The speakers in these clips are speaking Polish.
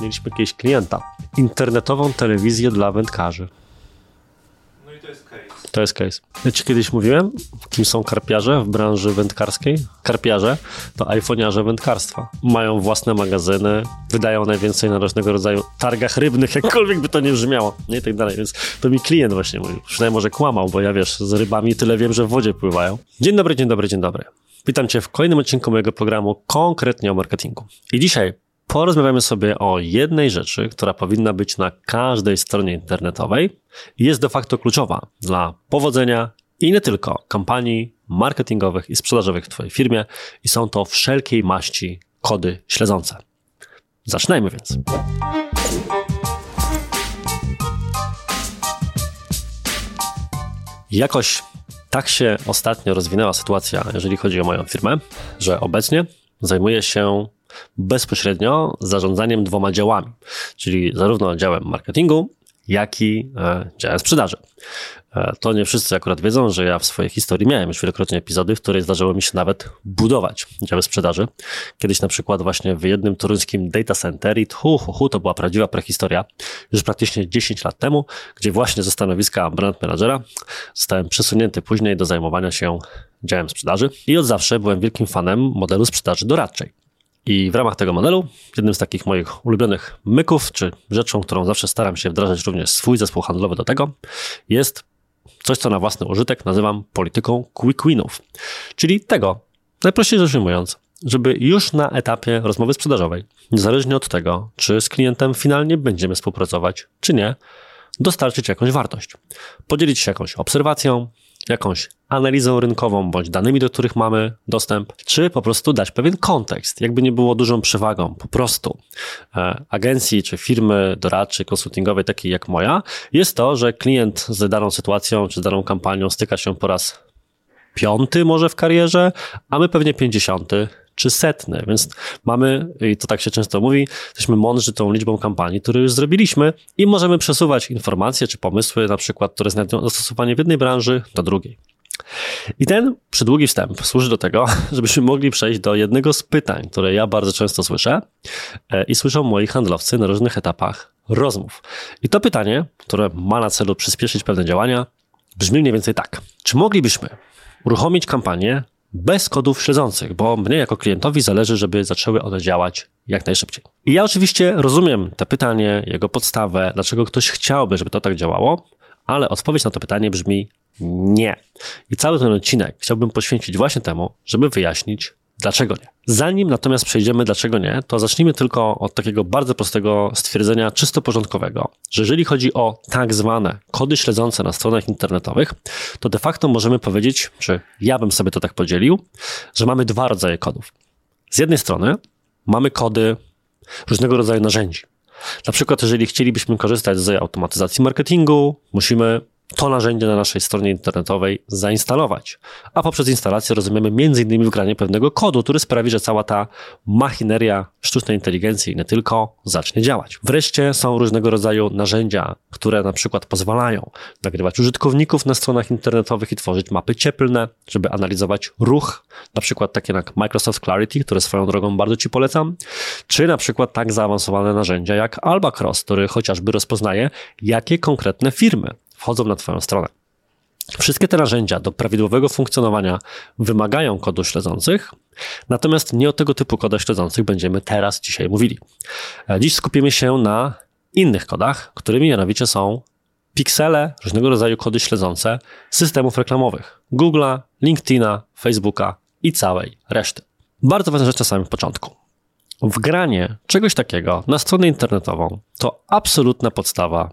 mieliśmy kiedyś klienta. Internetową telewizję dla wędkarzy. No i to jest case. To jest case. Ja ci kiedyś mówiłem, kim są karpiarze w branży wędkarskiej? Karpiarze to iPhoniarze wędkarstwa. Mają własne magazyny, wydają najwięcej na różnego rodzaju targach rybnych, jakkolwiek by to nie brzmiało, nie i tak dalej. Więc to mi klient właśnie mówił. Przynajmniej może kłamał, bo ja wiesz, z rybami tyle wiem, że w wodzie pływają. Dzień dobry, dzień dobry, dzień dobry. Witam cię w kolejnym odcinku mojego programu konkretnie o marketingu. I dzisiaj porozmawiamy sobie o jednej rzeczy, która powinna być na każdej stronie internetowej i jest de facto kluczowa dla powodzenia i nie tylko kampanii marketingowych i sprzedażowych w twojej firmie i są to wszelkiej maści kody śledzące. Zaczynajmy więc. Jakoś tak się ostatnio rozwinęła sytuacja, jeżeli chodzi o moją firmę, że obecnie zajmuję się bezpośrednio zarządzaniem 2 działami, czyli zarówno działem marketingu, jak i działem sprzedaży. To nie wszyscy akurat wiedzą, że ja w swojej historii miałem już wielokrotnie epizody, w których zdarzyło mi się nawet budować działy sprzedaży. Kiedyś na przykład właśnie w jednym toruńskim data center i to była prawdziwa prehistoria, już praktycznie 10 lat temu, gdzie właśnie ze stanowiska brand managera zostałem przesunięty później do zajmowania się działem sprzedaży i od zawsze byłem wielkim fanem modelu sprzedaży doradczej. I w ramach tego modelu, jednym z takich moich ulubionych myków, czy rzeczą, którą zawsze staram się wdrażać również swój zespół handlowy do tego, jest coś, co na własny użytek nazywam polityką quick winów. Czyli tego, najprościej rzecz ujmując, żeby już na etapie rozmowy sprzedażowej, niezależnie od tego, czy z klientem finalnie będziemy współpracować, czy nie, dostarczyć jakąś wartość. Podzielić się jakąś obserwacją, jakąś analizą rynkową, bądź danymi, do których mamy dostęp, czy po prostu dać pewien kontekst, jakby nie było dużą przewagą po prostu agencji, czy firmy doradczej, konsultingowej, takiej jak moja, jest to, że klient z daną sytuacją, czy z daną kampanią styka się po raz 5 może w karierze, a my pewnie 50 czy 100, więc mamy, i to tak się często mówi, jesteśmy mądrzy tą liczbą kampanii, które już zrobiliśmy i możemy przesuwać informacje czy pomysły, na przykład, które znajdują zastosowanie w jednej branży do drugiej. I ten przydługi wstęp służy do tego, żebyśmy mogli przejść do jednego z pytań, które ja bardzo często słyszę i słyszą moi handlowcy na różnych etapach rozmów. I to pytanie, które ma na celu przyspieszyć pewne działania, brzmi mniej więcej tak. Czy moglibyśmy uruchomić kampanię bez kodów śledzących, bo mnie jako klientowi zależy, żeby zaczęły one działać jak najszybciej. I ja oczywiście rozumiem to pytanie, jego podstawę, dlaczego ktoś chciałby, żeby to tak działało, ale odpowiedź na to pytanie brzmi nie. I cały ten odcinek chciałbym poświęcić właśnie temu, żeby wyjaśnić, dlaczego nie. Zanim natomiast przejdziemy dlaczego nie, to zacznijmy tylko od takiego bardzo prostego stwierdzenia czysto porządkowego, że jeżeli chodzi o tak zwane kody śledzące na stronach internetowych, to de facto możemy powiedzieć, czy ja bym sobie to tak podzielił, że mamy 2 rodzaje kodów. Z jednej strony mamy kody różnego rodzaju narzędzi. Na przykład jeżeli chcielibyśmy korzystać z automatyzacji marketingu, musimy to narzędzie na naszej stronie internetowej zainstalować. A poprzez instalację rozumiemy m.in. wgranie pewnego kodu, który sprawi, że cała ta machineria sztucznej inteligencji nie tylko zacznie działać. Wreszcie są różnego rodzaju narzędzia, które na przykład pozwalają nagrywać użytkowników na stronach internetowych i tworzyć mapy cieplne, żeby analizować ruch, na przykład takie jak Microsoft Clarity, które swoją drogą bardzo Ci polecam, czy na przykład tak zaawansowane narzędzia jak Albacross, który chociażby rozpoznaje, jakie konkretne firmy wchodzą na Twoją stronę. Wszystkie te narzędzia do prawidłowego funkcjonowania wymagają kodów śledzących, natomiast nie o tego typu kodach śledzących będziemy dzisiaj mówili. Dziś skupimy się na innych kodach, którymi mianowicie są piksele, różnego rodzaju kody śledzące systemów reklamowych Google'a, LinkedIna, Facebooka i całej reszty. Bardzo ważna rzecz na samym początku. Wgranie czegoś takiego na stronę internetową to absolutna podstaw.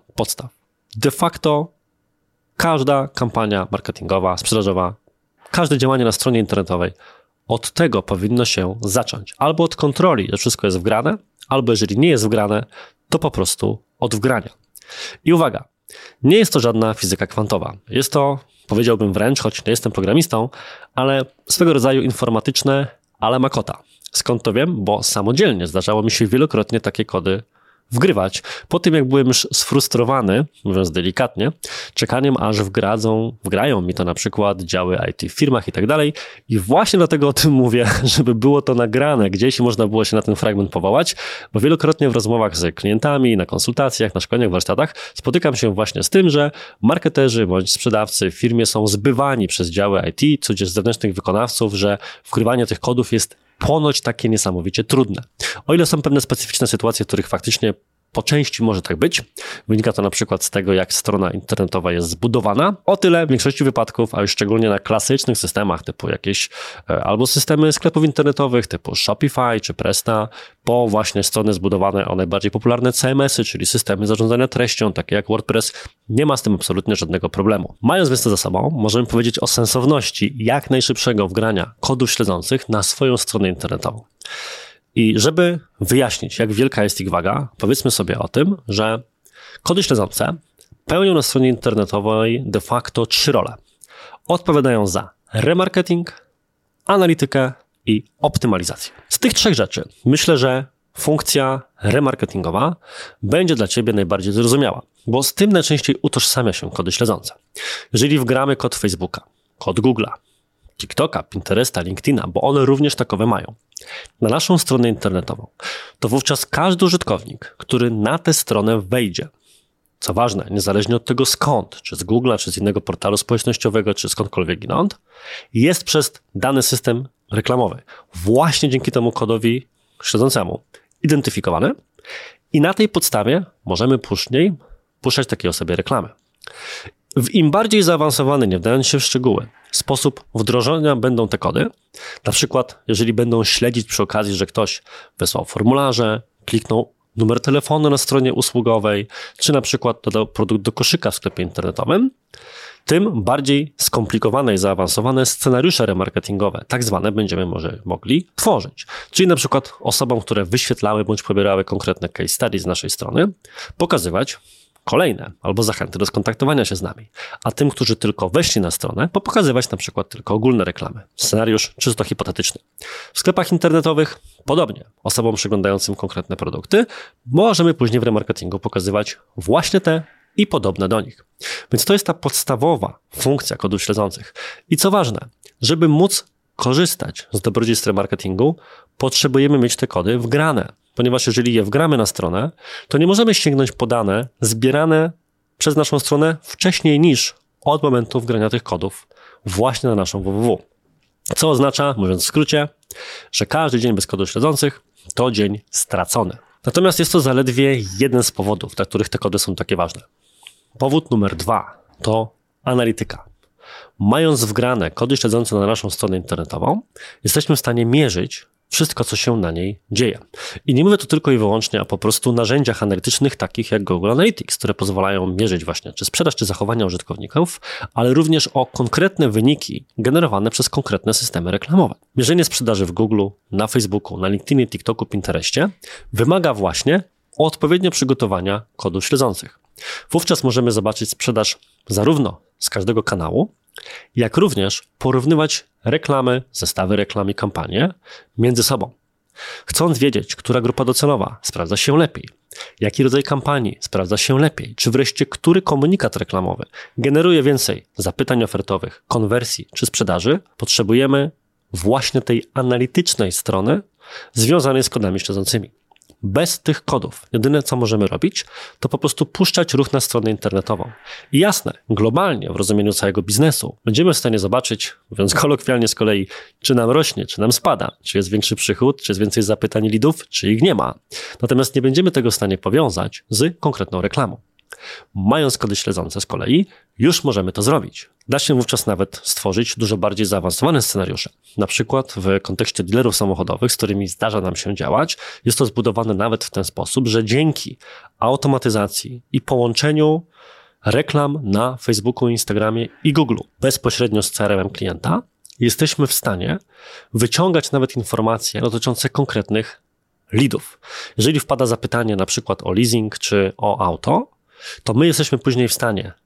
De facto każda kampania marketingowa, sprzedażowa, każde działanie na stronie internetowej od tego powinno się zacząć. Albo od kontroli, że wszystko jest wgrane, albo jeżeli nie jest wgrane, to po prostu od wgrania. I uwaga, nie jest to żadna fizyka kwantowa. Jest to, powiedziałbym wręcz, choć nie jestem programistą, ale swego rodzaju informatyczne ale makota. Skąd to wiem? Bo samodzielnie zdarzało mi się wielokrotnie takie kody wgrywać. Po tym, jak byłem już sfrustrowany, mówiąc delikatnie, czekaniem, aż wgrają mi to na przykład działy IT w firmach i tak dalej. I właśnie dlatego o tym mówię, żeby było to nagrane gdzieś i można było się na ten fragment powołać, bo wielokrotnie w rozmowach z klientami, na konsultacjach, na szkoleniach, warsztatach spotykam się właśnie z tym, że marketerzy bądź sprzedawcy w firmie są zbywani przez działy IT, tudzież zewnętrznych wykonawców, że wgrywanie tych kodów jest ponoć takie niesamowicie trudne. O ile są pewne specyficzne sytuacje, w których faktycznie po części może tak być, wynika to na przykład z tego, jak strona internetowa jest zbudowana, o tyle w większości wypadków, a już szczególnie na klasycznych systemach typu jakieś albo systemy sklepów internetowych typu Shopify czy Presta, po właśnie strony zbudowane o najbardziej popularne CMS-y, czyli systemy zarządzania treścią, takie jak WordPress, nie ma z tym absolutnie żadnego problemu. Mając więc to za sobą, możemy powiedzieć o sensowności jak najszybszego wgrania kodów śledzących na swoją stronę internetową. I żeby wyjaśnić, jak wielka jest ich waga, powiedzmy sobie o tym, że kody śledzące pełnią na stronie internetowej de facto 3 role. Odpowiadają za remarketing, analitykę i optymalizację. Z tych 3 rzeczy myślę, że funkcja remarketingowa będzie dla Ciebie najbardziej zrozumiała, bo z tym najczęściej utożsamia się kody śledzące. Jeżeli wgramy kod Facebooka, kod Google'a, TikToka, Pinteresta, LinkedIna, bo one również takowe mają, na naszą stronę internetową, to wówczas każdy użytkownik, który na tę stronę wejdzie, co ważne, niezależnie od tego skąd, czy z Google'a, czy z innego portalu społecznościowego, czy skądkolwiek inąd, jest przez dany system reklamowy właśnie dzięki temu kodowi śledzącemu identyfikowany i na tej podstawie możemy później puszczać takiej osobie reklamy. W im bardziej zaawansowany, nie wdając się w szczegóły, sposób wdrożenia będą te kody, na przykład jeżeli będą śledzić przy okazji, że ktoś wysłał formularze, kliknął numer telefonu na stronie usługowej, czy na przykład dodał produkt do koszyka w sklepie internetowym, tym bardziej skomplikowane i zaawansowane scenariusze remarketingowe, tak zwane, będziemy mogli tworzyć. Czyli na przykład osobom, które wyświetlały bądź pobierały konkretne case study z naszej strony, pokazywać kolejne albo zachęty do skontaktowania się z nami, a tym, którzy tylko weszli na stronę, pokazywać na przykład tylko ogólne reklamy. Scenariusz czysto hipotetyczny. W sklepach internetowych podobnie. Osobom przeglądającym konkretne produkty możemy później w remarketingu pokazywać właśnie te i podobne do nich. Więc to jest ta podstawowa funkcja kodów śledzących. I co ważne, żeby móc korzystać z dobrodziejstw remarketingu, potrzebujemy mieć te kody wgrane. Ponieważ jeżeli je wgramy na stronę, to nie możemy sięgnąć po dane zbierane przez naszą stronę wcześniej niż od momentu wgrania tych kodów właśnie na naszą www. Co oznacza, mówiąc w skrócie, że każdy dzień bez kodów śledzących to dzień stracony. Natomiast jest to zaledwie jeden z powodów, dla których te kody są takie ważne. Powód numer 2 to analityka. Mając wgrane kody śledzące na naszą stronę internetową, jesteśmy w stanie mierzyć wszystko, co się na niej dzieje. I nie mówię tu tylko i wyłącznie o po prostu narzędziach analitycznych takich jak Google Analytics, które pozwalają mierzyć właśnie czy sprzedaż, czy zachowania użytkowników, ale również o konkretne wyniki generowane przez konkretne systemy reklamowe. Mierzenie sprzedaży w Google, na Facebooku, na LinkedInie, TikToku, Pinterestie wymaga właśnie odpowiednio przygotowania kodów śledzących. Wówczas możemy zobaczyć sprzedaż zarówno z każdego kanału, jak również porównywać reklamy, zestawy reklam i kampanie między sobą. Chcąc wiedzieć, która grupa docelowa sprawdza się lepiej, jaki rodzaj kampanii sprawdza się lepiej, czy wreszcie który komunikat reklamowy generuje więcej zapytań ofertowych, konwersji czy sprzedaży, potrzebujemy właśnie tej analitycznej strony związanej z kodami śledzącymi. Bez tych kodów jedyne, co możemy robić, to po prostu puszczać ruch na stronę internetową. I jasne, globalnie, w rozumieniu całego biznesu, będziemy w stanie zobaczyć, mówiąc kolokwialnie z kolei, czy nam rośnie, czy nam spada, czy jest większy przychód, czy jest więcej zapytań i leadów, czy ich nie ma. Natomiast nie będziemy tego w stanie powiązać z konkretną reklamą. Mając kody śledzące z kolei, już możemy to zrobić. Da się wówczas nawet stworzyć dużo bardziej zaawansowane scenariusze. Na przykład w kontekście dealerów samochodowych, z którymi zdarza nam się działać, jest to zbudowane nawet w ten sposób, że dzięki automatyzacji i połączeniu reklam na Facebooku, Instagramie i Google bezpośrednio z CRM klienta, jesteśmy w stanie wyciągać nawet informacje dotyczące konkretnych leadów. Jeżeli wpada zapytanie na przykład o leasing czy o auto, to my jesteśmy później w stanie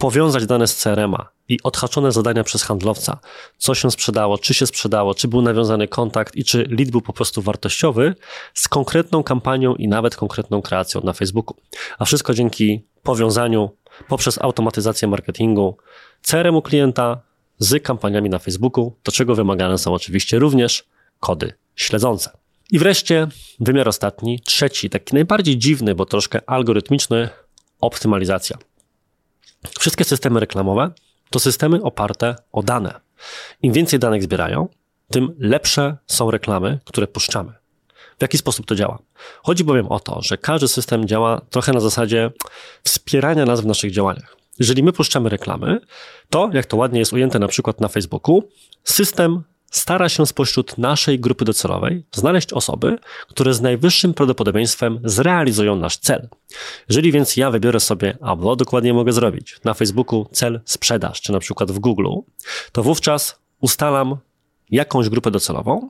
powiązać dane z CRM-a i odhaczone zadania przez handlowca, co się sprzedało, czy był nawiązany kontakt i czy lead był po prostu wartościowy, z konkretną kampanią i nawet konkretną kreacją na Facebooku. A wszystko dzięki powiązaniu poprzez automatyzację marketingu CRM-u klienta z kampaniami na Facebooku, do czego wymagane są oczywiście również kody śledzące. I wreszcie wymiar ostatni, trzeci, taki najbardziej dziwny, bo troszkę algorytmiczny, optymalizacja. Wszystkie systemy reklamowe to systemy oparte o dane. Im więcej danych zbierają, tym lepsze są reklamy, które puszczamy. W jaki sposób to działa? Chodzi bowiem o to, że każdy system działa trochę na zasadzie wspierania nas w naszych działaniach. Jeżeli my puszczamy reklamy, to, jak to ładnie jest ujęte na przykład na Facebooku, system stara się spośród naszej grupy docelowej znaleźć osoby, które z najwyższym prawdopodobieństwem zrealizują nasz cel. Jeżeli więc ja wybiorę sobie, albo dokładnie mogę zrobić, na Facebooku cel sprzedaż, czy na przykład w Google, to wówczas ustalam jakąś grupę docelową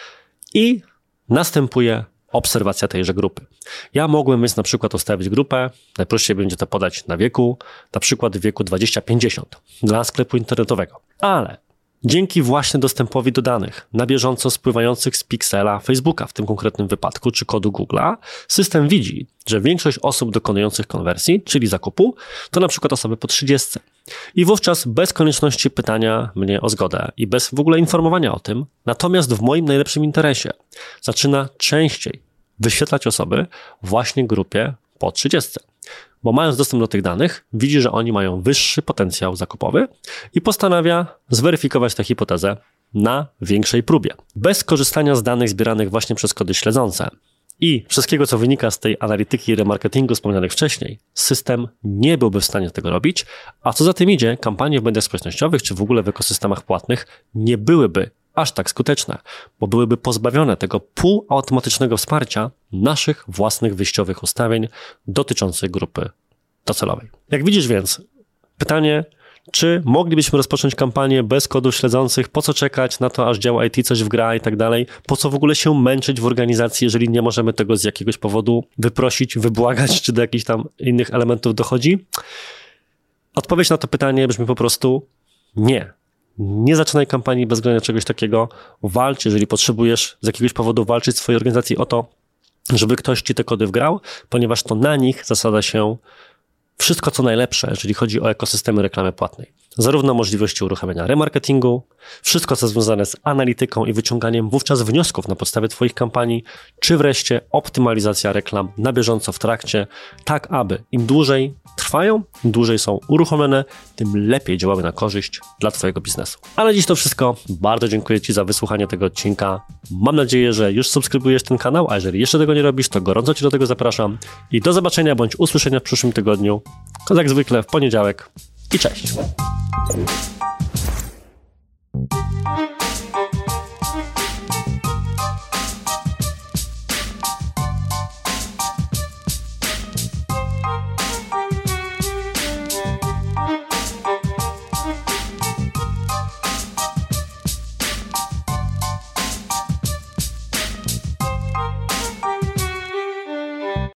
i następuje obserwacja tejże grupy. Ja mogłem więc na przykład ustawić grupę, najprościej będzie to podać na wieku, na przykład w wieku 20-50 dla sklepu internetowego. Ale dzięki właśnie dostępowi do danych na bieżąco spływających z piksela Facebooka w tym konkretnym wypadku, czy kodu Google'a, system widzi, że większość osób dokonujących konwersji, czyli zakupu, to na przykład osoby po 30. I wówczas bez konieczności pytania mnie o zgodę i bez w ogóle informowania o tym, natomiast w moim najlepszym interesie zaczyna częściej wyświetlać osoby właśnie grupie po 30. Bo mając dostęp do tych danych, widzi, że oni mają wyższy potencjał zakupowy i postanawia zweryfikować tę hipotezę na większej próbie. Bez korzystania z danych zbieranych właśnie przez kody śledzące i wszystkiego, co wynika z tej analityki i remarketingu wspomnianych wcześniej, system nie byłby w stanie tego robić, a co za tym idzie, kampanie w mediach społecznościowych czy w ogóle w ekosystemach płatnych nie byłyby aż tak skuteczne, bo byłyby pozbawione tego półautomatycznego wsparcia naszych własnych wyjściowych ustawień dotyczących grupy docelowej. Jak widzisz więc, pytanie, czy moglibyśmy rozpocząć kampanię bez kodów śledzących, po co czekać na to, aż dział IT coś wgra i tak dalej, po co w ogóle się męczyć w organizacji, jeżeli nie możemy tego z jakiegoś powodu wyprosić, wybłagać, czy do jakichś tam innych elementów dochodzi? Odpowiedź na to pytanie brzmi po prostu nie. Nie zaczynaj kampanii bez względu na czegoś takiego. Walcz, jeżeli potrzebujesz z jakiegoś powodu walczyć w swojej organizacji o to, żeby ktoś ci te kody wgrał, ponieważ to na nich zasada się wszystko co najlepsze, jeżeli chodzi o ekosystemy reklamy płatnej. Zarówno możliwości uruchamiania remarketingu, wszystko co związane z analityką i wyciąganiem wówczas wniosków na podstawie twoich kampanii, czy wreszcie optymalizacja reklam na bieżąco w trakcie, tak aby im dłużej trwają, im dłużej są uruchomione, tym lepiej działały na korzyść dla twojego biznesu. Ale dziś to wszystko. Bardzo dziękuję ci za wysłuchanie tego odcinka. Mam nadzieję, że już subskrybujesz ten kanał, a jeżeli jeszcze tego nie robisz, to gorąco cię do tego zapraszam. I do zobaczenia bądź usłyszenia w przyszłym tygodniu. Jak zwykle w poniedziałek. I cześć!